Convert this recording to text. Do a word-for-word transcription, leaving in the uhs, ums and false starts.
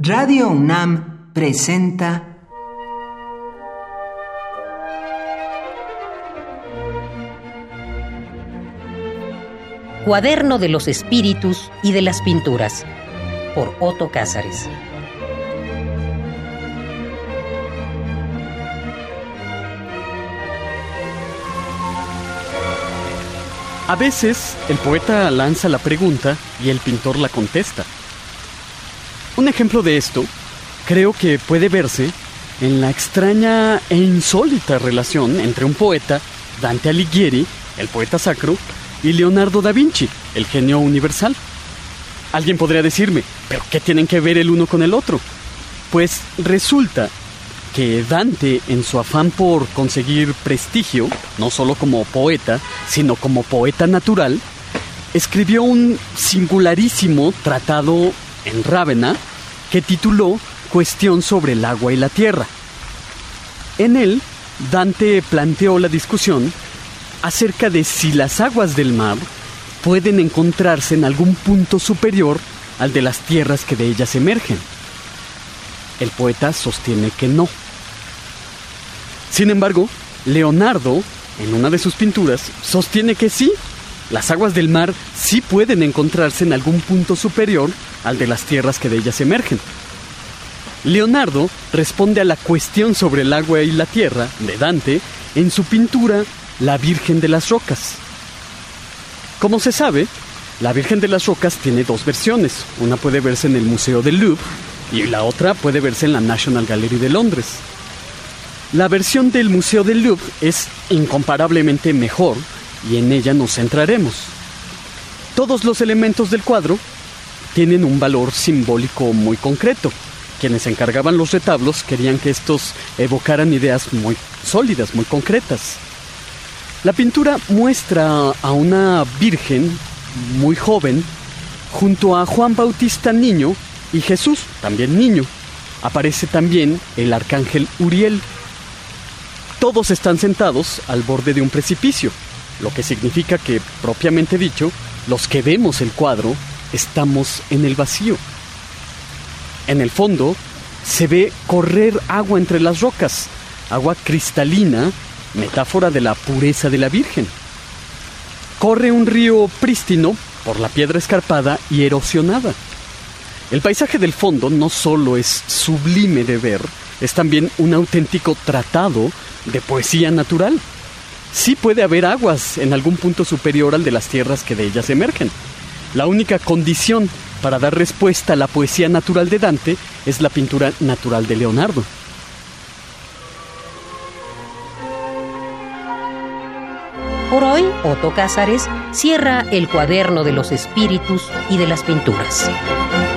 Radio UNAM presenta Cuaderno de los Espíritus y de las Pinturas, por Otto Cázares. A veces, el poeta lanza la pregunta y el pintor la contesta. Un ejemplo de esto, creo que puede verse en la extraña e insólita relación entre un poeta, Dante Alighieri, el poeta sacro, y Leonardo da Vinci, el genio universal. Alguien podría decirme, ¿pero qué tienen que ver el uno con el otro? Pues resulta que Dante, en su afán por conseguir prestigio, no solo como poeta, sino como poeta natural, escribió un singularísimo tratado en Rávena que tituló Cuestión sobre el agua y la tierra. En él, Dante planteó la discusión acerca de si las aguas del mar pueden encontrarse en algún punto superior al de las tierras que de ellas emergen. El poeta sostiene que no. Sin embargo, Leonardo, en una de sus pinturas, sostiene que sí, las aguas del mar sí pueden encontrarse en algún punto superior al de las tierras que de ellas emergen. Leonardo responde a la cuestión sobre el agua y la tierra de Dante en su pintura La Virgen de las Rocas. Como se sabe, la Virgen de las Rocas tiene dos versiones. Una puede verse en el Museo del Louvre y la otra puede verse en la National Gallery de Londres. La versión del Museo del Louvre es incomparablemente mejor y en ella nos centraremos. Todos los elementos del cuadro tienen un valor simbólico muy concreto. Quienes encargaban los retablos querían que estos evocaran ideas muy sólidas, muy concretas. La pintura muestra a una virgen muy joven junto a Juan Bautista niño y Jesús, también niño. Aparece también el arcángel Uriel. Todos están sentados al borde de un precipicio, lo que significa que, propiamente dicho, los que vemos el cuadro estamos en el vacío. En el fondo se ve correr agua entre las rocas, agua cristalina, metáfora de la pureza de la Virgen. Corre un río prístino por la piedra escarpada y erosionada. El paisaje del fondo no solo es sublime de ver, es también un auténtico tratado de poesía natural. Sí puede haber aguas en algún punto superior al de las tierras que de ellas emergen. La única condición para dar respuesta a la poesía natural de Dante es la pintura natural de Leonardo. Por hoy, Otto Cázares cierra el Cuaderno de los Espíritus y de las Pinturas.